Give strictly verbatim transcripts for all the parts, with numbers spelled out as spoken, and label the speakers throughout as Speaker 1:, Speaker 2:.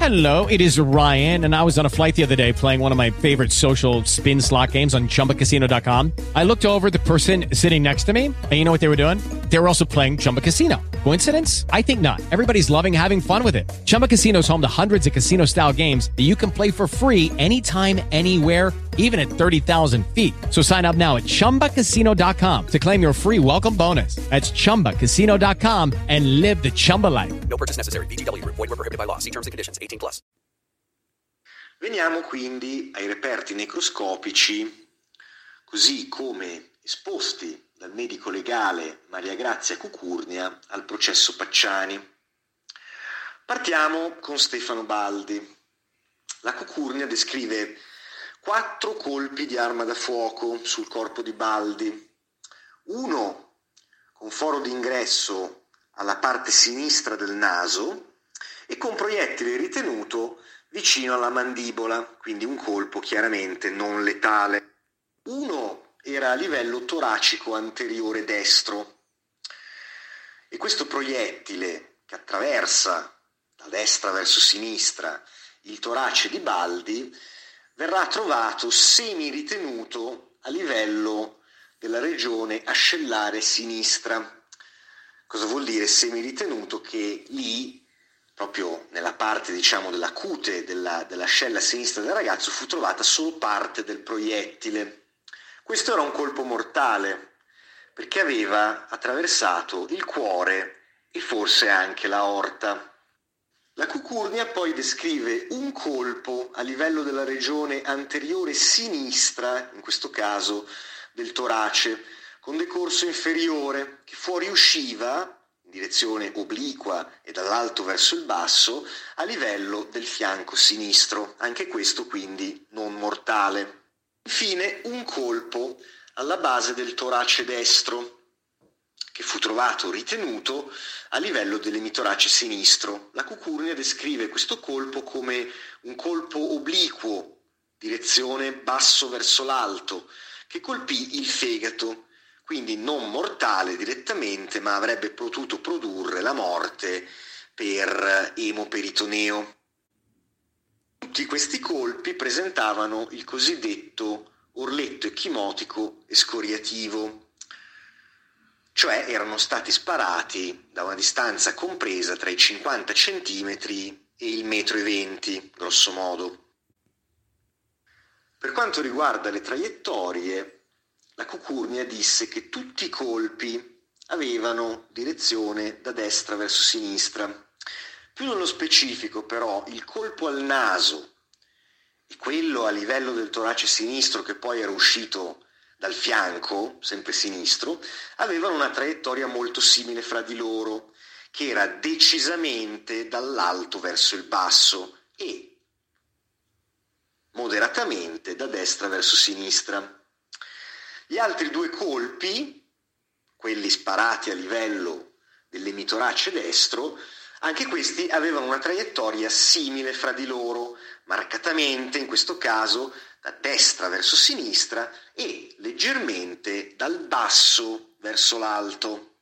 Speaker 1: Hello, it is Ryan, and I was on a flight the other day playing one of my favorite social spin slot games on Chumba Casino dot com. I looked over at the person sitting next to me, and you know what they were doing? They were also playing Chumba Casino. Coincidence? I think not. Everybody's loving having fun with it. Chumba Casino is home to hundreds of casino-style games that you can play for free anytime, anywhere, even at thirty thousand feet. So sign up now at Chumba Casino dot com to claim your free welcome bonus. That's Chumba Casino dot com and live the Chumba life.
Speaker 2: No purchase necessary. V G W. Void where prohibited by law. See terms and conditions. eighteen plus.
Speaker 3: Veniamo quindi ai reperti necroscopici, così come esposti dal medico legale Maria Grazia Cucurnia al processo Pacciani. Partiamo con Stefano Baldi. La Cucurnia descrive quattro colpi di arma da fuoco sul corpo di Baldi, uno con foro d'ingresso alla parte sinistra del naso e con proiettile ritenuto vicino alla mandibola, quindi un colpo chiaramente non letale. Uno era a livello toracico anteriore destro e questo proiettile che attraversa da destra verso sinistra il torace di Baldi verrà trovato semi-ritenuto a livello della regione ascellare sinistra. Cosa vuol dire semi-ritenuto? Che lì, proprio nella parte diciamo della cute della, dell'ascella sinistra del ragazzo, fu trovata solo parte del proiettile. Questo era un colpo mortale, perché aveva attraversato il cuore e forse anche l'aorta. La Cucurnia poi descrive un colpo a livello della regione anteriore sinistra, in questo caso del torace, con decorso inferiore, che fuoriusciva in direzione obliqua e dall'alto verso il basso a livello del fianco sinistro, anche questo quindi non mortale. Infine un colpo alla base del torace destro, che fu trovato ritenuto a livello dell'emitorace sinistro. La Cucurnia descrive questo colpo come un colpo obliquo, direzione basso verso l'alto, che colpì il fegato, quindi non mortale direttamente, ma avrebbe potuto produrre la morte per emoperitoneo. Tutti questi colpi presentavano il cosiddetto orletto ecchimotico escoriativo, cioè erano stati sparati da una distanza compresa tra i cinquanta centimetri e il metro e venti, grosso modo. Per quanto riguarda le traiettorie, la Cucurnia disse che tutti i colpi avevano direzione da destra verso sinistra. Più nello specifico, però, il colpo al naso e quello a livello del torace sinistro, che poi era uscito dal fianco, sempre sinistro, avevano una traiettoria molto simile fra di loro, che era decisamente dall'alto verso il basso e moderatamente da destra verso sinistra. Gli altri due colpi, quelli sparati a livello dell'emitorace destro, anche questi avevano una traiettoria simile fra di loro, marcatamente in questo caso da destra verso sinistra e leggermente dal basso verso l'alto.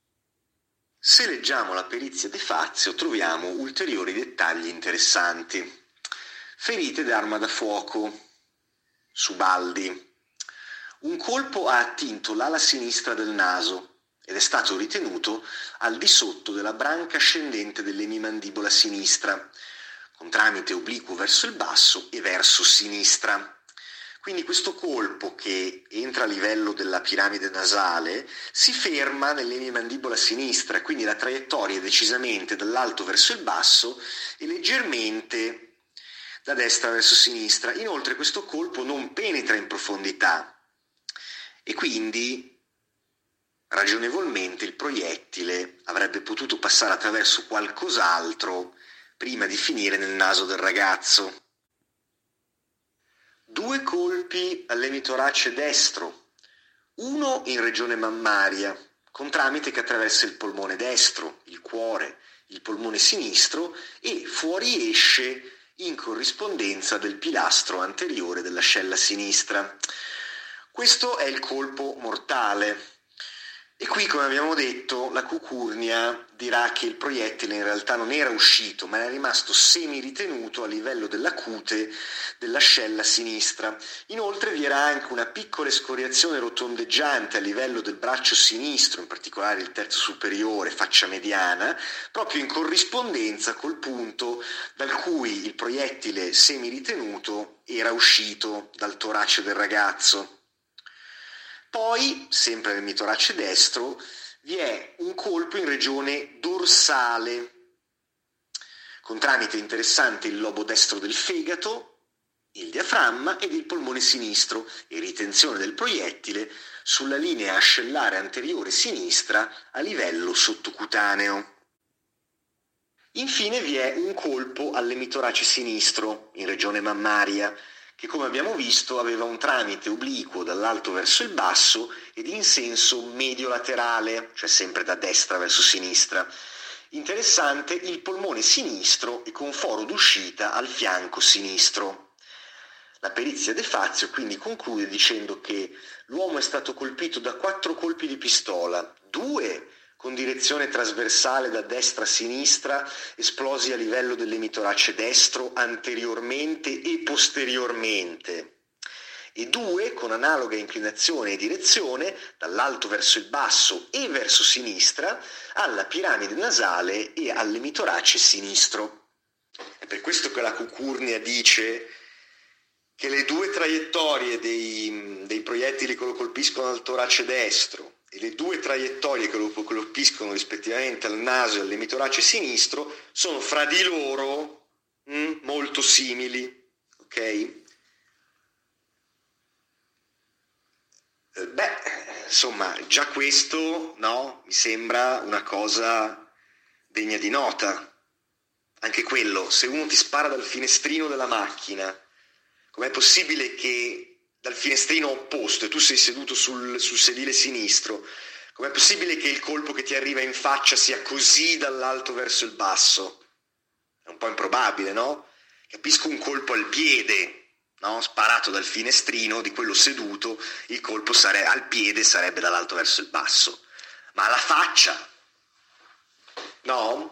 Speaker 3: Se leggiamo la perizia de Fazio troviamo ulteriori dettagli interessanti. Ferite d'arma da fuoco su Baldi. Un colpo ha attinto l'ala sinistra del naso ed è stato ritenuto al di sotto della branca ascendente dell'emimandibola sinistra, con tramite obliquo verso il basso e verso sinistra. Quindi questo colpo, che entra a livello della piramide nasale, si ferma nell'emimandibola sinistra, quindi la traiettoria è decisamente dall'alto verso il basso e leggermente da destra verso sinistra. Inoltre questo colpo non penetra in profondità e quindi ragionevolmente il proiettile avrebbe potuto passare attraverso qualcos'altro prima di finire nel naso del ragazzo. Due colpi all'emitorace destro, uno in regione mammaria, con tramite che attraversa il polmone destro, il cuore, il polmone sinistro e fuoriesce in corrispondenza del pilastro anteriore dell'ascella sinistra. Questo è il colpo mortale. E qui, come abbiamo detto, la Cucurnia dirà che il proiettile in realtà non era uscito, ma era rimasto semi-ritenuto a livello della cute dell'ascella sinistra. Inoltre vi era anche una piccola escoriazione rotondeggiante a livello del braccio sinistro, in particolare il terzo superiore, faccia mediana, proprio in corrispondenza col punto dal cui il proiettile semi-ritenuto era uscito dal torace del ragazzo. Poi, sempre nel mitorace destro, vi è un colpo in regione dorsale, con tramite interessante il lobo destro del fegato, il diaframma ed il polmone sinistro, e ritenzione del proiettile sulla linea ascellare anteriore sinistra a livello sottocutaneo. Infine vi è un colpo all'emitorace sinistro, in regione mammaria, che come abbiamo visto aveva un tramite obliquo dall'alto verso il basso ed in senso medio-laterale, cioè sempre da destra verso sinistra. Interessante il polmone sinistro e con foro d'uscita al fianco sinistro. La perizia De Fazio quindi conclude dicendo che l'uomo è stato colpito da quattro colpi di pistola, due con direzione trasversale da destra a sinistra, esplosi a livello dell'emitorace destro anteriormente e posteriormente, e due con analoga inclinazione e direzione dall'alto verso il basso e verso sinistra alla piramide nasale e all'emitorace sinistro. È per questo che la Cucurnia dice che le due traiettorie dei, dei proiettili che lo colpiscono al torace destro e le due traiettorie che lo colpiscono rispettivamente al naso e all'emitorace sinistro sono fra di loro mh, molto simili, ok? Eh, beh, insomma, già questo, no, mi sembra una cosa degna di nota. Anche quello, se uno ti spara dal finestrino della macchina, com'è possibile che dal finestrino opposto e tu sei seduto sul, sul sedile sinistro, com'è possibile che il colpo che ti arriva in faccia sia così dall'alto verso il basso? È un po' improbabile, no? Capisco un colpo al piede, no? Sparato dal finestrino di quello seduto, il colpo sare- al piede sarebbe dall'alto verso il basso, ma alla faccia, no?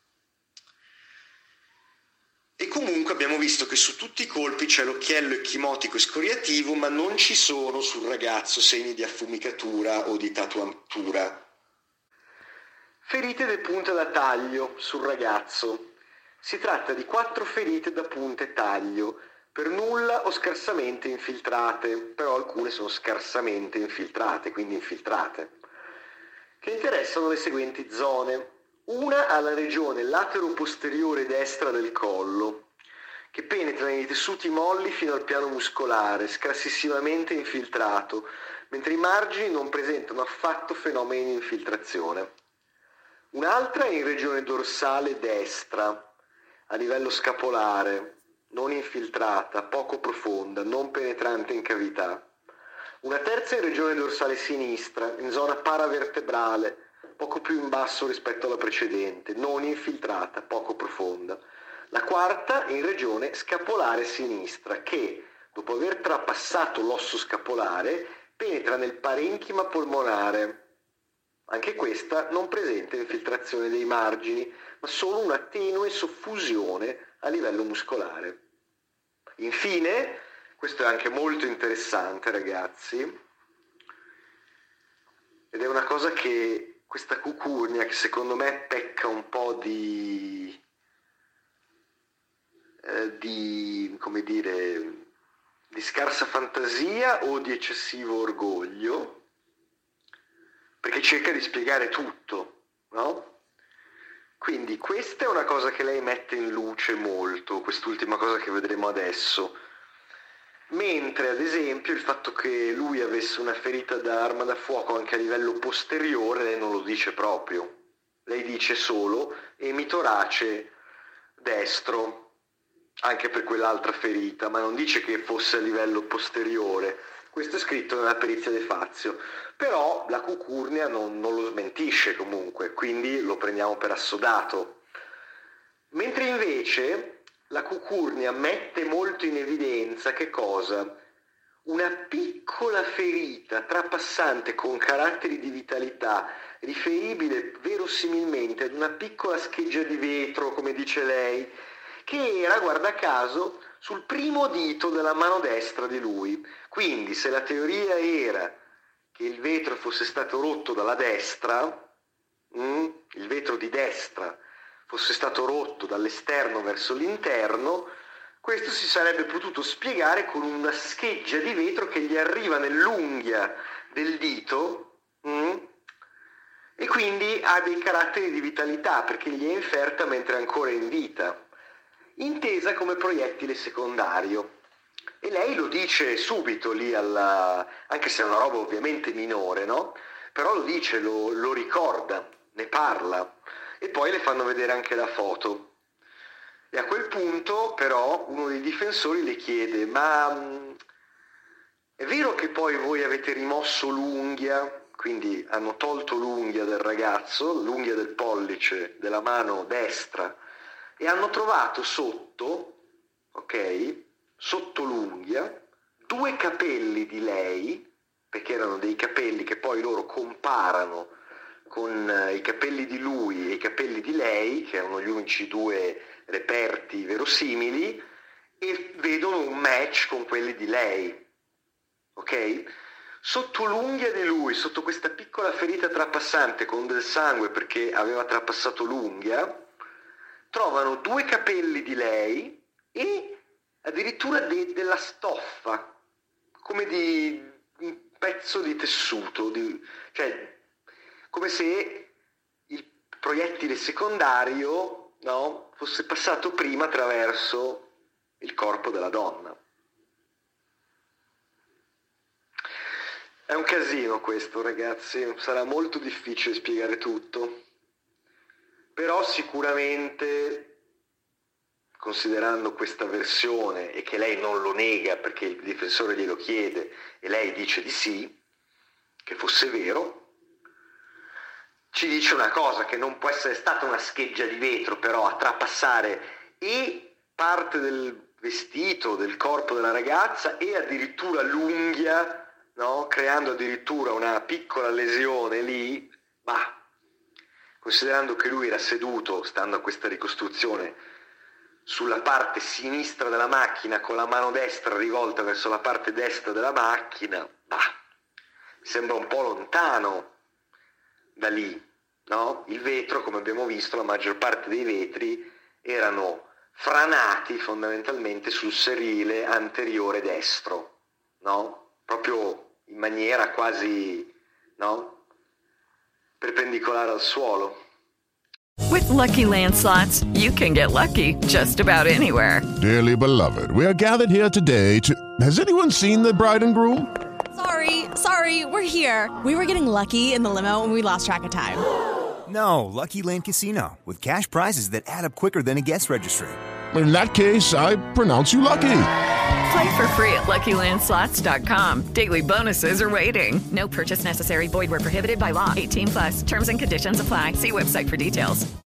Speaker 3: E comunque abbiamo visto che su tutti i colpi c'è l'occhiello ecchimotico escoriativo, ma non ci sono sul ragazzo segni di affumicatura o di tatuatura. Ferite da punta da taglio sul ragazzo. Si tratta di quattro ferite da punta e taglio, per nulla o scarsamente infiltrate, però alcune sono scarsamente infiltrate, quindi infiltrate, che interessano le seguenti zone. Una alla regione latero-posteriore destra del collo, che penetra nei tessuti molli fino al piano muscolare, scarsissimamente infiltrato, mentre i margini non presentano affatto fenomeni di infiltrazione. Un'altra è in regione dorsale destra, a livello scapolare, non infiltrata, poco profonda, non penetrante in cavità. Una terza è in regione dorsale sinistra, in zona paravertebrale, poco più in basso rispetto alla precedente, non infiltrata, poco profonda. La quarta in regione scapolare sinistra, che, dopo aver trapassato l'osso scapolare, penetra nel parenchima polmonare. Anche questa non presenta infiltrazione dei margini, ma solo una tenue soffusione a livello muscolare. Infine, questo è anche molto interessante, ragazzi, ed è una cosa che questa Cucurnia, che secondo me pecca un po' di, eh, di, come dire, di scarsa fantasia o di eccessivo orgoglio, perché cerca di spiegare tutto, no? Quindi questa è una cosa che lei mette in luce molto, quest'ultima cosa che vedremo adesso. Mentre ad esempio il fatto che lui avesse una ferita da arma da fuoco anche a livello posteriore, lei non lo dice proprio. Lei dice solo emitorace destro, anche per quell'altra ferita, ma non dice che fosse a livello posteriore. Questo è scritto nella perizia De Fazio, però la Cucurnia non, non lo smentisce comunque, quindi lo prendiamo per assodato. Mentre invece la Cucurnia mette molto in evidenza che cosa? una piccola ferita trapassante con caratteri di vitalità, riferibile verosimilmente ad una piccola scheggia di vetro, come dice lei, che era, guarda caso, sul primo dito della mano destra di lui. Quindi, se la teoria era che il vetro fosse stato rotto dalla destra, mm, il vetro di destra fosse stato rotto dall'esterno verso l'interno, questo si sarebbe potuto spiegare con una scheggia di vetro che gli arriva nell'unghia del dito, mm, e quindi ha dei caratteri di vitalità perché gli è inferta mentre è ancora in vita, intesa come proiettile secondario. E lei lo dice subito lì, alla, anche se è una roba ovviamente minore, no? Però lo dice, lo, lo ricorda, ne parla, e poi le fanno vedere anche la foto. E a quel punto però uno dei difensori le chiede: ma mh, è vero che poi voi avete rimosso l'unghia, quindi hanno tolto l'unghia del ragazzo, l'unghia del pollice della mano destra, e hanno trovato sotto, ok, sotto l'unghia, due capelli di lei, perché erano dei capelli che poi loro comparano con eh, i capelli di lui e i capelli di lei, che erano gli unici due reperti verosimili, e vedono un match con quelli di lei, ok? Sotto l'unghia di lui, sotto questa piccola ferita trapassante con del sangue perché aveva trapassato l'unghia, trovano due capelli di lei e addirittura de- della stoffa, come di un pezzo di tessuto, di, cioè come se il proiettile secondario, no, fosse passato prima attraverso il corpo della donna. È un casino questo, ragazzi, sarà molto difficile spiegare tutto, però sicuramente, considerando questa versione e che lei non lo nega perché il difensore glielo chiede e lei dice di sì, che fosse vero, ci dice una cosa, che non può essere stata una scheggia di vetro però a trapassare e parte del vestito, del corpo della ragazza e addirittura l'unghia, no? Creando addirittura una piccola lesione lì, ma considerando che lui era seduto, stando a questa ricostruzione, sulla parte sinistra della macchina con la mano destra rivolta verso la parte destra della macchina, bah, sembra un po' lontano da lì, no? Il vetro, come abbiamo visto, la maggior parte dei vetri erano franati fondamentalmente sul serile anteriore destro, no? Proprio in maniera quasi, no? Perpendicolare al suolo.
Speaker 4: With Lucky Land Slots, you can get lucky just about anywhere.
Speaker 5: Dearly beloved, we are gathered here today to... Has anyone seen the bride and groom?
Speaker 6: Sorry, sorry, we're here. We were getting lucky in the limo and we lost track of time.
Speaker 7: No, Lucky Land Casino, with cash prizes that add up quicker than a guest registry.
Speaker 5: In that case, I pronounce you lucky.
Speaker 4: Play for free at Lucky Land Slots dot com. Daily bonuses are waiting. No purchase necessary. Void where prohibited by law. eighteen plus. Terms and conditions apply. See website for details.